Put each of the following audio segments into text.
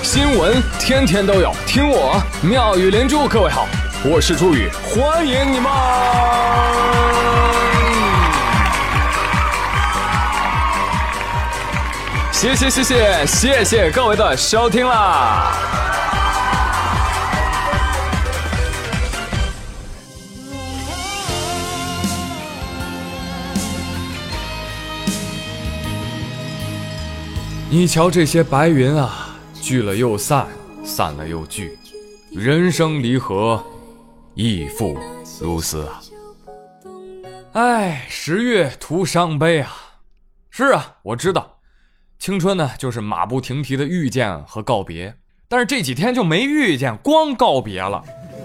新闻天天都有，听我妙语连珠。各位好，我是朱宇，欢迎你们。谢谢各位的收听啦。你瞧这些白云啊，聚了又散，散了又聚，人生离合，亦复如斯啊。10月徒伤悲啊。是啊，我知道青春呢就是马不停蹄的遇见和告别，但是这几天就没遇见，光告别了。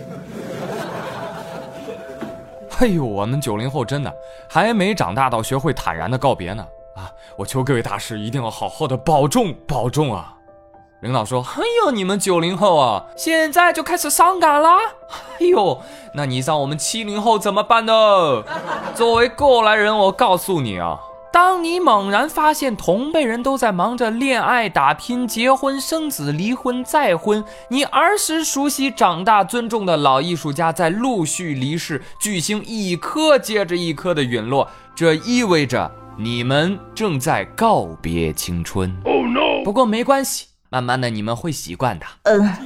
我们90后真的还没长大到学会坦然的告别呢。我求各位大师一定要好好的保重啊。领导说，你们90后啊，现在就开始伤感啦。那你让我们70后怎么办呢？作为过来人，我告诉你啊，当你猛然发现同辈人都在忙着恋爱、打拼、结婚、生子、离婚、再婚，你儿时熟悉、长大尊重的老艺术家在陆续离世，巨星一颗接着一颗的陨落，这意味着你们正在告别青春。Oh no！ 不过没关系，慢慢的你们会习惯的。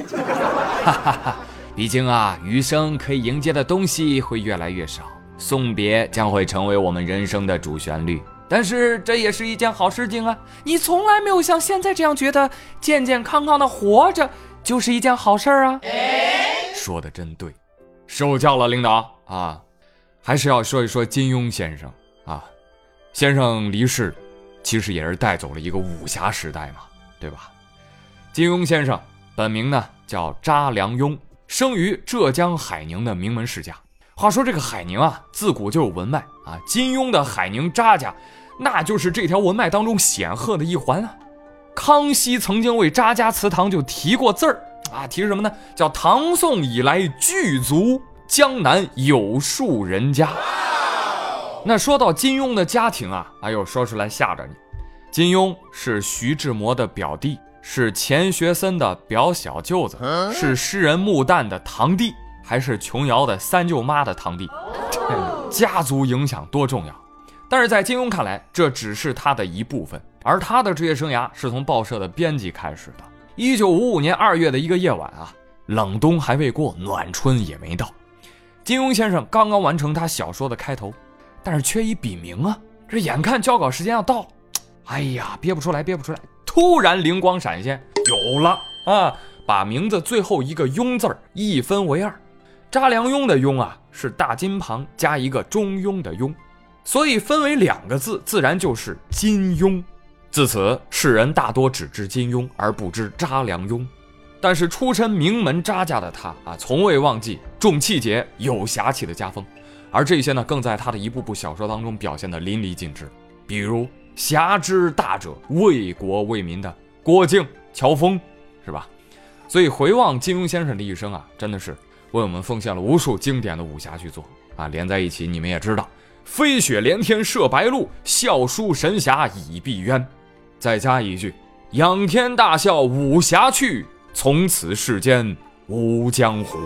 毕竟啊，余生可以迎接的东西会越来越少，送别将会成为我们人生的主旋律。但是这也是一件好事情啊！你从来没有像现在这样觉得健健康康的活着就是一件好事啊。说得真对，受教了领导啊！还是要说一说金庸先生啊。先生离世其实也是带走了一个武侠时代嘛，对吧？金庸先生本名呢叫查良镛，生于浙江海宁的名门世家。话说这个海宁啊，自古就有文脉啊，金庸的海宁查家那就是这条文脉当中显赫的一环啊。康熙曾经为查家祠堂就提过字儿啊，提什么呢？叫唐宋以来巨族，江南有数人家。那说到金庸的家庭啊，说出来吓着你。金庸是徐志摩的表弟，是钱学森的表小舅子，是诗人穆旦的堂弟，还是琼瑶的三舅妈的堂弟。家族影响多重要。但是在金庸看来，这只是他的一部分，而他的职业生涯是从报社的编辑开始的。1955年2月的一个夜晚啊，冷冬还未过，暖春也没到，金庸先生刚刚完成他小说的开头，但是缺一笔名啊，这眼看交稿时间要到了，憋不出来，突然灵光闪现，有了啊！把名字最后一个庸字一分为二，查良镛的镛啊是大金旁加一个中庸的庸，所以分为2个字，自然就是金庸。自此世人大多只知金庸而不知查良镛。但是出身名门查家的他从未忘记重气节有侠气的家风，而这些呢更在他的一部部小说当中表现得淋漓尽致。比如侠之大者为国为民的郭靖、乔峰，是吧？所以回望金庸先生的一生真的是为我们奉献了无数经典的武侠巨作连在一起你们也知道，飞雪连天射白鹿，笑书神侠倚碧鸳，再加一句仰天大笑武侠去，从此世间无江湖。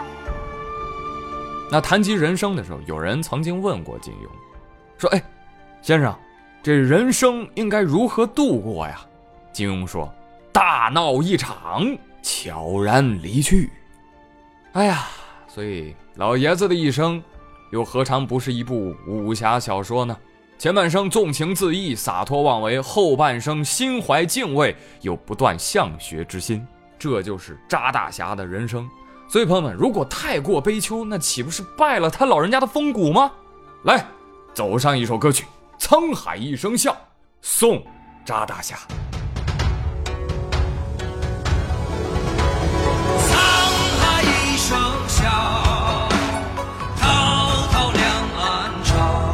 那谈及人生的时候，有人曾经问过金庸说，先生，这人生应该如何度过呀？金庸说，大闹一场，悄然离去。所以老爷子的一生又何尝不是一部武侠小说呢？前半生纵情恣意，洒脱妄为，后半生心怀敬畏，又不断向学之心，这就是查大侠的人生。所以朋友们，如果太过悲秋，那岂不是败了他老人家的风骨吗？来，走上一首歌曲，沧海一声笑，送查大侠。 沧海一声笑，滔滔两岸潮，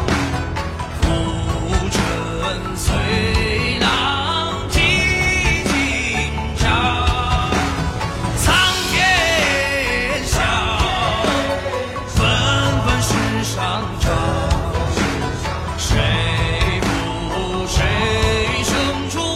浮沉随浪几今朝。苍天笑，纷纷世上潮，谁负谁生出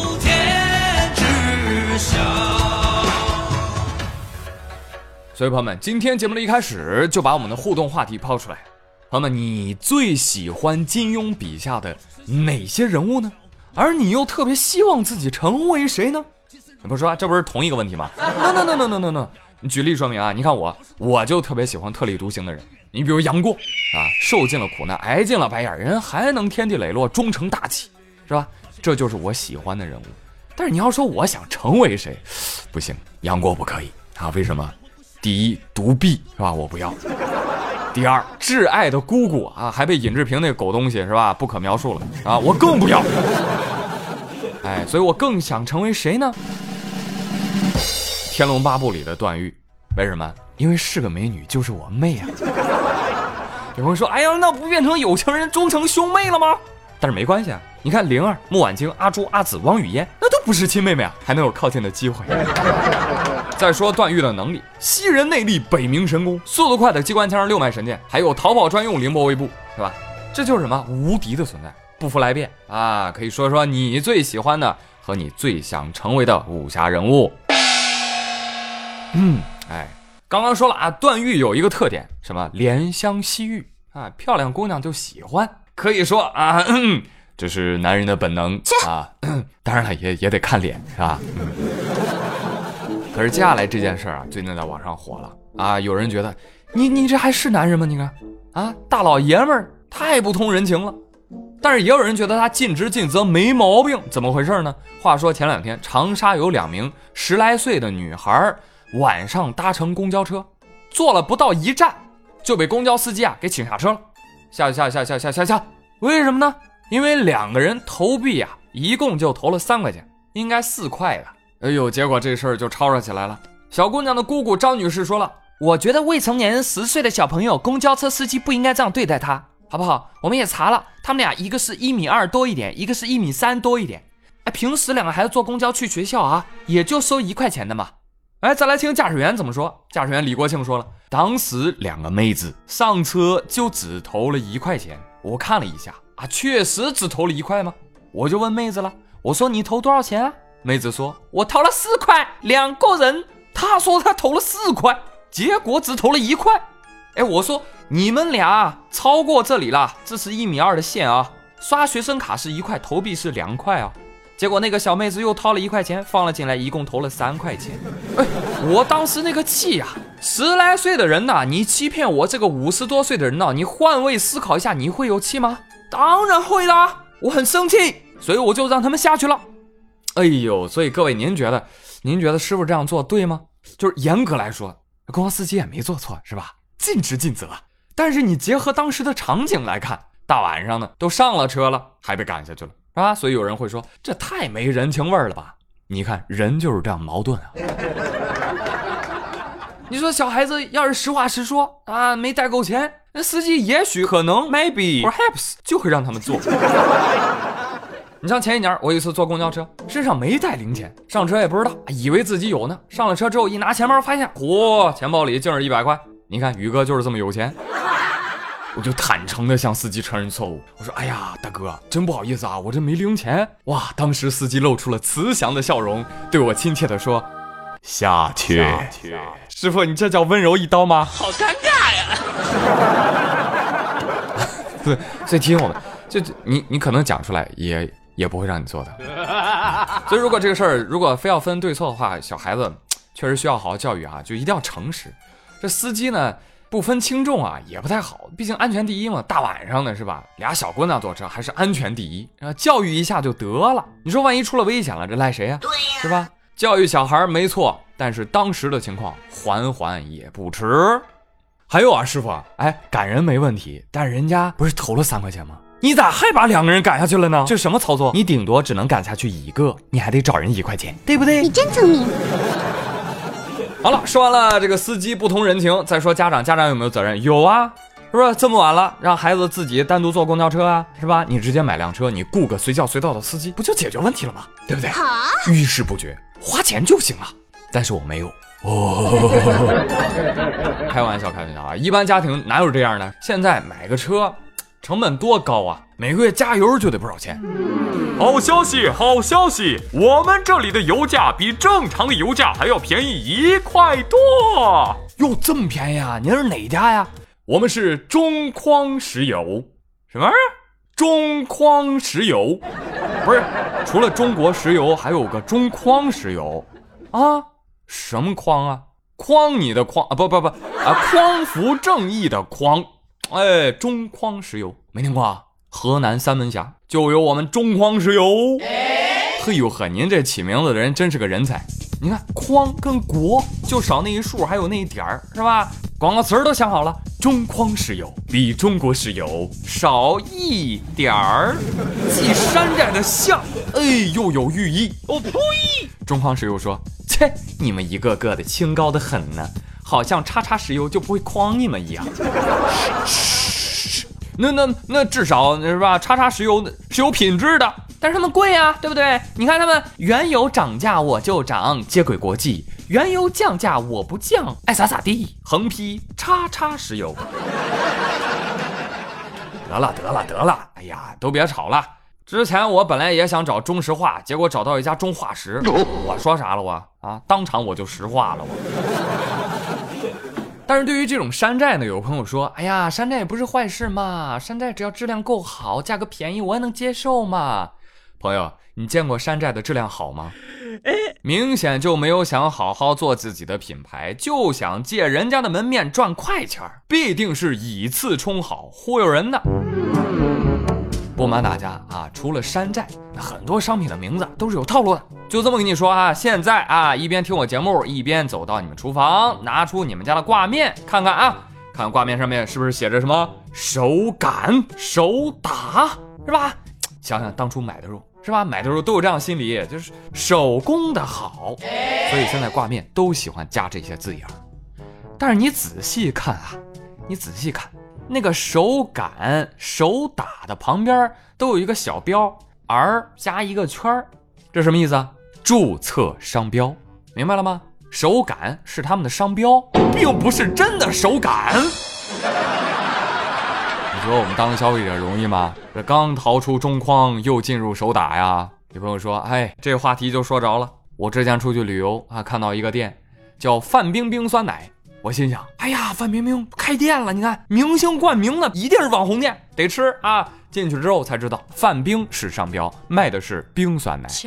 所以朋友们，今天节目的一开始就把我们的互动话题抛出来。朋友们，你最喜欢金庸笔下的哪些人物呢？而你又特别希望自己成为谁呢？你不说这不是同一个问题吗 ？No， 你举例说明啊！你看我就特别喜欢特立独行的人。你比如杨过啊，受尽了苦难，挨尽了白眼，人还能天地磊落，终成大器，是吧？这就是我喜欢的人物。但是你要说我想成为谁，不行，杨过不可以啊！为什么？第一，独臂是吧？我不要。第二，挚爱的姑姑啊，还被尹志平那狗东西是吧？不可描述了啊！我更不要。所以我更想成为谁呢？天龙八部里的段誉。为什么？因为是个美女，就是我妹啊。有人说，哎呀，那不变成有情人终成兄妹了吗？但是没关系啊，你看灵儿、穆婉清、阿朱、阿紫、王语嫣，那都不是亲妹妹啊，还能有靠近的机会。再说段誉的能力，吸人内力，北冥神功，速度快的机关枪6脉神剑，还有逃跑专用凌波微步，是吧？这就是什么？无敌的存在。不服来辩啊！可以说说你最喜欢的和你最想成为的武侠人物。刚刚说了啊，段誉有一个特点，什么？怜香惜玉啊，漂亮姑娘就喜欢。可以说啊，这是男人的本能啊。当然了，也得看脸，是吧？可是接下来这件事啊，最近在网上火了啊！有人觉得你这还是男人吗？你看啊，大老爷们儿太不通人情了。但是也有人觉得他尽职尽责没毛病，怎么回事呢？话说前2天长沙有2名10来岁的女孩晚上搭乘公交车，坐了不到1站就被公交司机啊给请下车了。下，为什么呢？因为2个人投币啊，一共就投了3块钱，应该4块的。结果这事儿就吵吵起来了。小姑娘的姑姑张女士说了，我觉得未成年人10岁的小朋友，公交车司机不应该这样对待他。好不好？我们也查了，他们俩一个是1.2米多一点，一个是1.3米多一点。平时2个孩子坐公交去学校啊，也就收1块钱的嘛。再来听驾驶员怎么说。驾驶员李国庆说了，当时2个妹子上车就只投了1块钱。我看了一下啊，确实只投了1块吗？我就问妹子了，我说你投多少钱啊？妹子说我投了4块，2个人。她说她投了4块，结果只投了1块。我说你们俩超过这里了，这是1.2米的线啊，刷学生卡是1块，投币是2块啊。结果那个小妹子又掏了1块钱放了进来，一共投了3块钱。我当时那个气啊，10来岁的人呐，你欺骗我这个50多岁的人呐，你换位思考一下，你会有气吗？当然会啦，我很生气，所以我就让他们下去了。所以各位您觉得师傅这样做对吗？就是严格来说，公交司机也没做错，是吧？尽职尽责。但是你结合当时的场景来看，大晚上的都上了车了，还被赶下去了，是吧？所以有人会说，这太没人情味了吧？你看人就是这样矛盾啊。你说小孩子要是实话实说啊，没带够钱，那司机也许可能 maybe perhaps 就会让他们做。你像前1年我有一次坐公交车，身上没带零钱，上车也不知道，以为自己有呢。上了车之后一拿钱包，发现钱包里竟是100块。你看宇哥就是这么有钱。我就坦诚地向司机承认错误，我说哎呀大哥，真不好意思啊，我这没零钱。哇，当时司机露出了慈祥的笑容，对我亲切地说，下去。师傅，你这叫温柔一刀吗？ 好尴尬呀。 对，所以提醒我们，就你可能讲出来也不会让你做的。所以如果这个事儿如果非要分对错的话，小孩子确实需要好好教育啊，就一定要诚实。这司机呢不分轻重啊，也不太好，毕竟安全第一嘛。大晚上的是吧，2小姑娘坐车，还是安全第一，教育一下就得了。你说万一出了危险了，这赖谁啊？对呀，是吧？教育小孩没错，但是当时的情况缓也不迟。还有啊，师傅，赶人没问题，但人家不是投了3块钱吗？你咋还把2个人赶下去了呢？这什么操作？你顶多只能赶下去1个，你还得找人1块钱，对不对？ 你真聪明。 好了，说完了这个司机不通人情，再说家长有没有责任？有啊，是不是？这么晚了，让孩子自己单独坐公交车啊，是吧？你直接买辆车，你雇个随叫随到的司机，不就解决问题了吗？对不对？好，遇事不决，花钱就行了。但是我没有。开玩笑啊！一般家庭哪有这样的？现在买个车成本多高啊，每个月加油就得不少钱。好消息，我们这里的油价比正常的油价还要便宜1块多。 哟，这么便宜啊？您是哪家呀？我们是中矿石油。什么玩意儿？中矿石油？不是，除了中国石油，还有个中矿石油啊？什么矿啊？匡你的匡啊，不啊，匡扶正义的匡，哎，中矿石油没听过啊？河南三门峡就有我们中矿石油。嘿呦呵，您这起名字的人真是个人才。你看匡跟国就少那一竖，还有那一点儿，是吧？广告词都想好了，中矿石油比中国石油少一点儿，既山寨的像，哎，又有寓意。哦呸！中矿石油说：“切，你们一个个的清高的很呢，好像叉叉石油就不会诓你们一样。”那至少是吧？叉叉石油是有品质的，但是他们贵啊，对不对？你看他们原油涨价我就涨，接轨国际；原油降价我不降，爱咋咋地。横批叉叉石油。得了，哎呀，都别吵了。之前我本来也想找中石化，结果找到一家中化石。我说啥了我啊？当场我就石化了我。但是对于这种山寨呢，有朋友说，哎呀，山寨也不是坏事嘛，山寨只要质量够好，价格便宜，我也能接受嘛。朋友，你见过山寨的质量好吗？明显就没有想好好做自己的品牌，就想借人家的门面赚快钱，必定是以次充好，忽悠人的。不瞒大家啊，除了山寨，那很多商品的名字都是有套路的。就这么跟你说啊，现在啊，一边听我节目，一边走到你们厨房，拿出你们家的挂面，看看啊，看挂面上面是不是写着什么手感、手打，是吧？想想当初买的肉，是吧？买的肉都有这样心理，就是手工的好，所以现在挂面都喜欢加这些字眼。但是你仔细看啊，那个手感、手打的旁边都有一个小标 ，R 加一个圈，这什么意思啊？注册商标，明白了吗？手感是他们的商标，并不是真的手感。你说我们当消费者容易吗？这刚逃出中矿，又进入手打呀。有朋友说，哎，这个话题就说着了。我之前出去旅游啊，看到一个店叫范冰冰酸奶。我心想，哎呀，范冰冰开店了，你看明星冠名的，一定是网红店，得吃啊！进去之后才知道，范冰是商标，卖的是冰酸奶。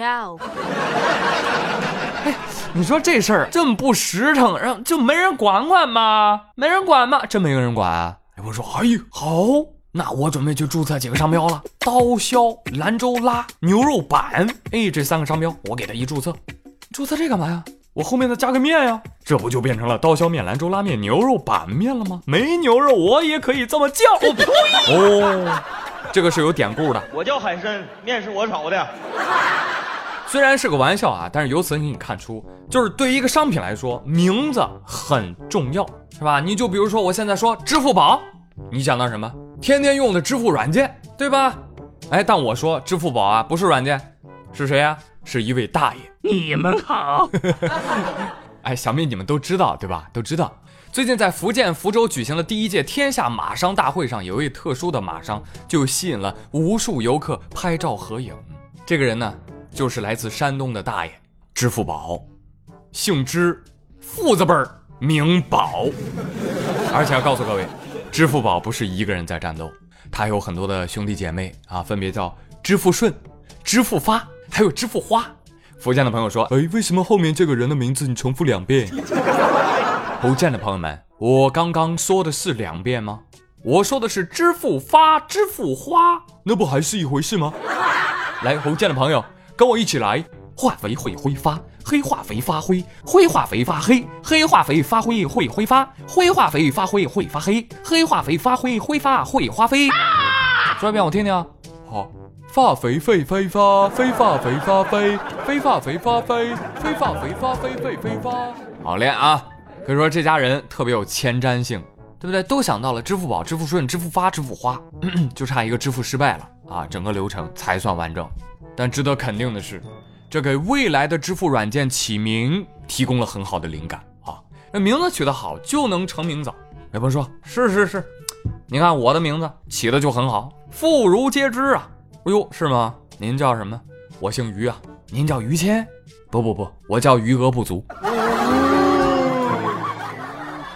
哎，你说这事儿这么不实诚，让就没人管吗？没人管吗？真没人管啊！我说，哎，好，那我准备去注册几个商标了，刀削、兰州拉、牛肉板，哎，这3个商标我给他一注册，注册这干嘛呀？我后面再加个面呀，这不就变成了刀削面、兰州拉面、牛肉板面了吗？没牛肉我也可以这么叫。哦，这个是有典故的。 我叫海参，面是我炒的。 虽然是个玩笑啊，但是由此你看出，就是对于一个商品来说，名字很重要，是吧？你就比如说我现在说支付宝，你想到什么？天天用的支付软件，对吧？哎，但我说支付宝啊，不是软件，是谁呀？是一位大爷。 你们好。 哎，想必你们都知道，对吧？都知道。最近在福建福州举行了第1届天下马商大会上，有一位特殊的马商就吸引了无数游客拍照合影。这个人呢，就是来自山东的大爷，支付宝，姓支，父字辈儿名宝。而且要告诉各位，支付宝不是一个人在战斗，他有很多的兄弟姐妹啊，分别叫支付顺、支付发，还有支付花。福建的朋友说，哎，为什么后面这个人的名字你重复2遍？福建的朋友们，我刚刚说的是2遍吗？我说的是支付发、支付花，那不还是一回事吗？来，福建的朋友跟我一起来，化肥会挥发，黑化肥发灰，灰化肥发黑，黑化肥发灰会挥发，灰化肥发灰会发黑，黑化肥发灰挥发会花飞。说一遍我听听。好，发肥会挥发，非发肥发飞，非发肥发飞，非发肥发飞会挥发。好练啊！可以说这家人特别有前瞻性，对不对？都想到了支付宝、支付顺、支付发、支付花，就差一个支付失败了啊，整个流程才算完整。但值得肯定的是，这给未来的支付软件起名提供了很好的灵感啊！那名字取得好就能成名早。有朋友说，是，你看我的名字起的就很好，妇孺皆知啊。哎呦，是吗？您叫什么？我姓于啊。您叫于谦？不，我叫余额不足。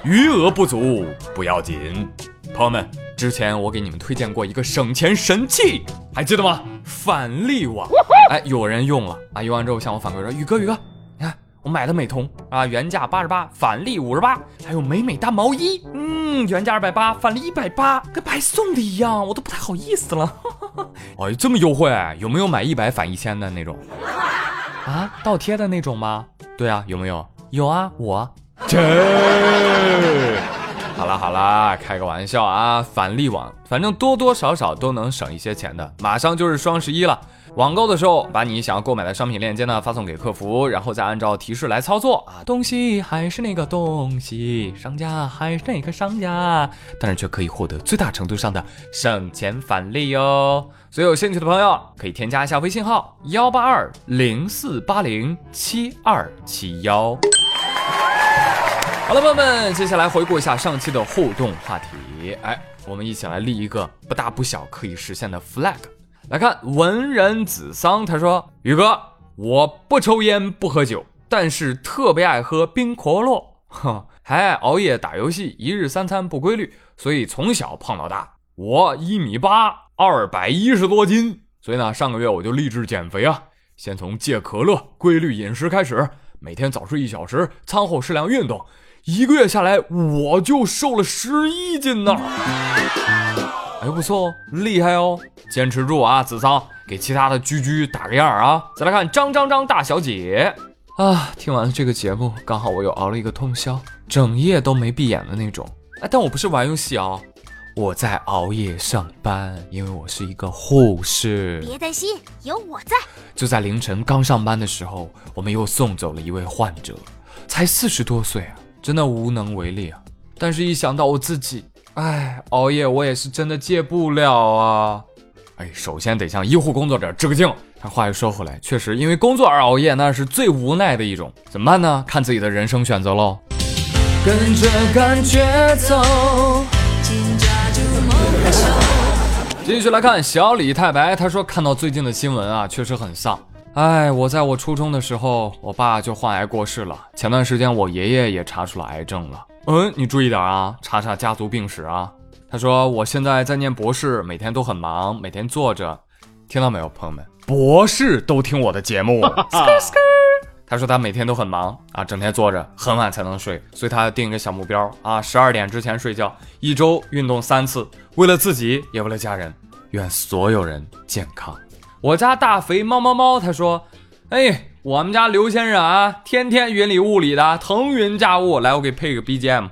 余额不足不要紧。朋友们，之前我给你们推荐过一个省钱神器，还记得吗？返利网。哎，有人用了啊，用完之后向我反馈说，宇哥，你看我买的美瞳啊，原价88，返利58，还有美美大毛衣，原价280，返利180，跟白送的一样，我都不太好意思了。哎，这么优惠，有没有买100返1000的那种？啊，倒贴的那种吗？对啊，有没有？有啊，我。好啦，开个玩笑啊，返利网，反正多多少少都能省一些钱的。马上就是双11了，网购的时候把你想要购买的商品链接呢发送给客服，然后再按照提示来操作啊。东西还是那个东西，商家还是那个商家，但是却可以获得最大程度上的省钱返利哟。所以有兴趣的朋友可以添加一下微信号18204807271。好了，朋友们，接下来回顾一下上期的互动话题。哎，我们一起来立一个不大不小可以实现的 flag。来看文人子桑，他说：宇哥，我不抽烟不喝酒，但是特别爱喝冰可乐，还爱熬夜打游戏，一日3餐不规律，所以从小胖到大。我1.8米，210多斤，所以呢，上个月我就立志减肥啊，先从戒可乐、规律饮食开始，每天早睡1小时，餐后适量运动。1个月下来，我就瘦了11斤呢。哎，不错哦，厉害哦，坚持住啊，子桑，给其他的居打个样啊。再来看张大小姐啊，听完了这个节目，刚好我又熬了一个通宵，整夜都没闭眼的那种。哎，但我不是玩游戏哦，我在熬夜上班，因为我是一个护士。 别担心，有我在。 就在凌晨刚上班的时候，我们又送走了一位患者，才40多岁啊，真的无能为力啊。但是一想到我自己，熬夜我也是真的戒不了啊。首先得向医护工作者致个敬。但话又说回来，确实因为工作而熬夜，那是最无奈的一种。怎么办呢？看自己的人生选择咯。跟着感觉走，继续来看小李太白，他说看到最近的新闻啊，确实很丧。我在我初中的时候，我爸就患癌过世了。前段时间我爷爷也查出了癌症了。你注意点啊，查家族病史啊。他说我现在在念博士，每天都很忙，每天坐着。听到没有，朋友们？博士都听我的节目。他说他每天都很忙啊，整天坐着，很晚才能睡，所以他定一个小目标啊，12点之前睡觉，1周运动3次，为了自己也为了家人，愿所有人健康。我家大肥猫，他说，我们家刘先生啊，天天云里雾里的，腾云驾雾。来，我给配个 BGM。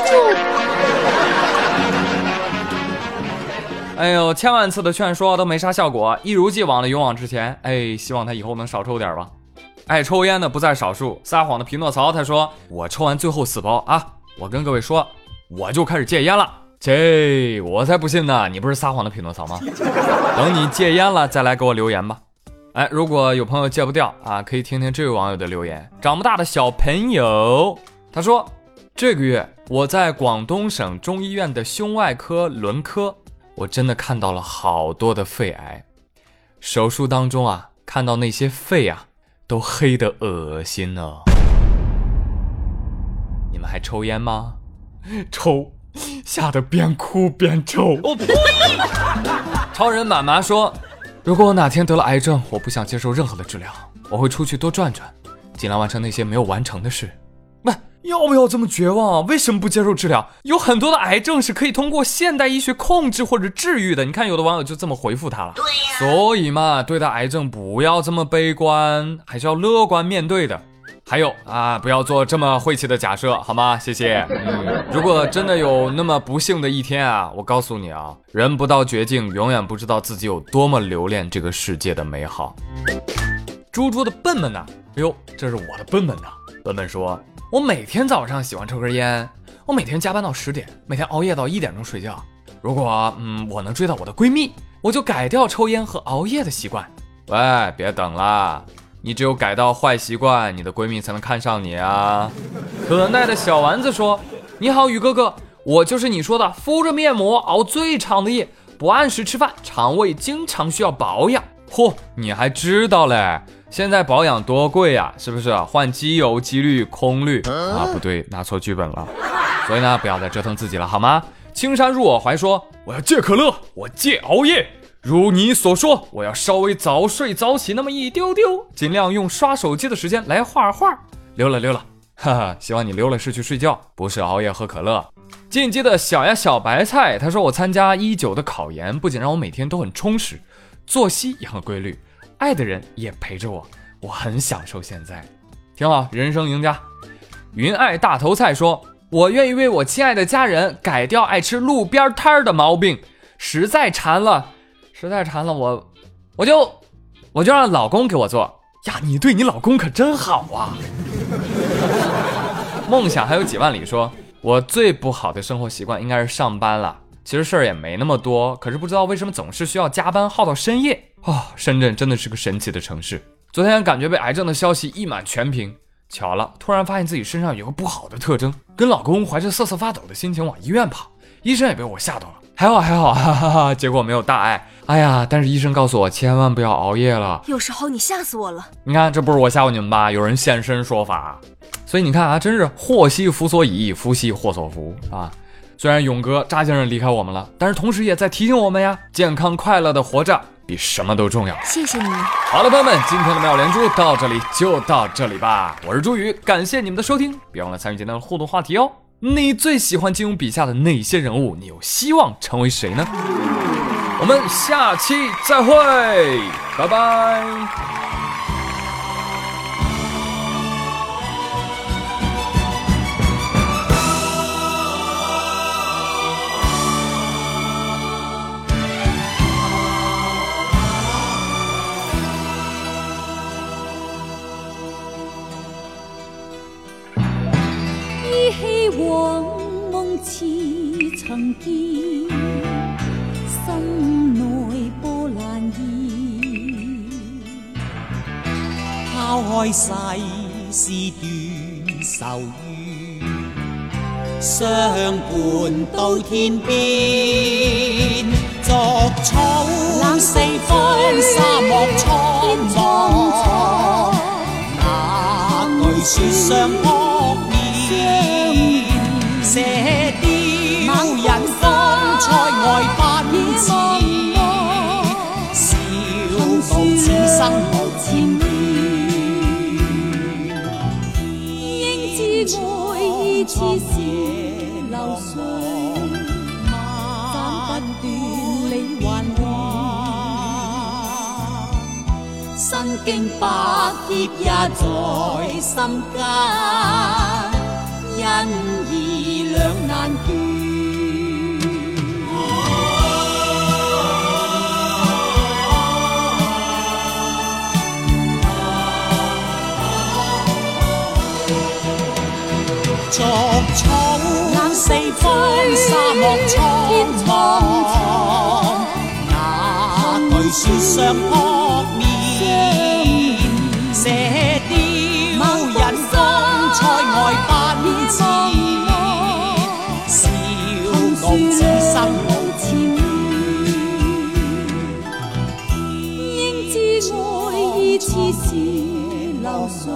千万次的劝说都没啥效果，一如既往的勇往直前。希望他以后能少抽点吧。爱抽烟的不在少数。撒谎的匹诺曹他说，我抽完最后4包啊，我跟各位说，我就开始戒烟了。我才不信呢，你不是撒谎的匹诺曹吗？等你戒烟了再来给我留言吧。如果有朋友戒不掉啊，可以听听这位网友的留言。长不大的小朋友，他说，这个月我在广东省中医院的胸外科轮科，我真的看到了好多的肺癌。手术当中啊，看到那些肺啊都黑得恶心呢。你们还抽烟吗？抽，吓得边哭边抽。超人妈妈说，如果我哪天得了癌症，我不想接受任何的治疗，我会出去多转转，尽量完成那些没有完成的事。要不要这么绝望？为什么不接受治疗？有很多的癌症是可以通过现代医学控制或者治愈的。你看有的网友就这么回复他了。所以嘛，对待癌症不要这么悲观，还是要乐观面对的。还有啊，不要做这么晦气的假设，好吗？谢谢。如果真的有那么不幸的一天啊，我告诉你啊，人不到绝境，永远不知道自己有多么留恋这个世界的美好。猪猪的笨笨呐，这是我的笨笨呐。笨笨说，我每天早上喜欢抽根烟，我每天加班到10点，每天熬夜到1点钟睡觉。如果我能追到我的闺蜜，我就改掉抽烟和熬夜的习惯。喂，别等啦，你只有改到坏习惯，你的闺蜜才能看上你啊。可耐的小丸子说，你好宇哥哥，我就是你说的敷着面膜熬最长的夜，不按时吃饭，肠胃经常需要保养。嚯，你还知道嘞？现在保养多贵呀，是不是？换机油、机滤、空滤啊，不对，拿错剧本了。 所以呢，不要再折腾自己了，好吗？青山入我怀说，我要戒可乐，我戒熬夜。如你所说，我要稍微早睡早起那么一丢丢，尽量用刷手机的时间来画画。溜了，哈哈，希望你溜了是去睡觉，不是熬夜喝可乐。进击的小呀小白菜，他说我参加19的考研，不仅让我每天都很充实，作息也很规律，爱的人也陪着我，我很享受现在，挺好，人生赢家。云爱大头菜说，我愿意为我亲爱的家人改掉爱吃路边摊的毛病，实在馋了，我就让老公给我做呀。你对你老公可真好啊。梦想还有几万里说，我最不好的生活习惯应该是上班了，其实事儿也没那么多，可是不知道为什么总是需要加班耗到深夜。深圳真的是个神奇的城市。昨天感觉被癌症的消息一满全屏，巧了，突然发现自己身上有个不好的特征，跟老公怀着瑟瑟发抖的心情往医院跑，医生也被我吓到了，还好，哈哈哈，结果没有大碍。哎呀，但是医生告诉我千万不要熬夜了。 有时候你吓死我了。 你看，这不是我吓唬你们吧？有人现身说法。所以你看啊，真是祸兮福所倚，福兮祸所伏啊。虽然勇哥扎先生离开我们了，但是同时也在提醒我们呀，健康快乐的活着比什么都重要。 谢谢你。 好了，朋友们，今天的妙连珠到这里就到这里吧。我是朱宇，感谢你们的收听，别忘了参与今天的互动话题哦。你最喜欢金庸笔下的哪些人物？你有希望成为谁呢？我们下期再会，拜拜。 依稀往夢似曾見，心內波瀾現。拋開世事斷愁怨，相伴到天邊。逐草四方，沙漠蒼茫，那句說相撲面，射雕人風塞外奔馳，笑傲此生無前緣。應知愛意似是流水，斬不斷理還亂，身經百劫也在心間。因義兩難斷，逐草四方，沙漠蒼茫，那句說相撲面，射雕人風塞外奔馳，笑傲此生無前緣。應知愛意似是流水，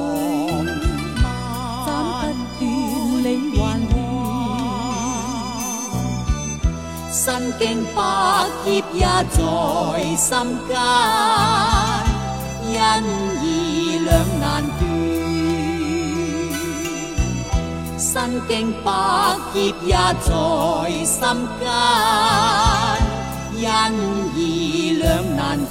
斬不斷理還亂，身經百劫也在心間，因義兩難斷。身經百劫也在心間，因義兩難斷。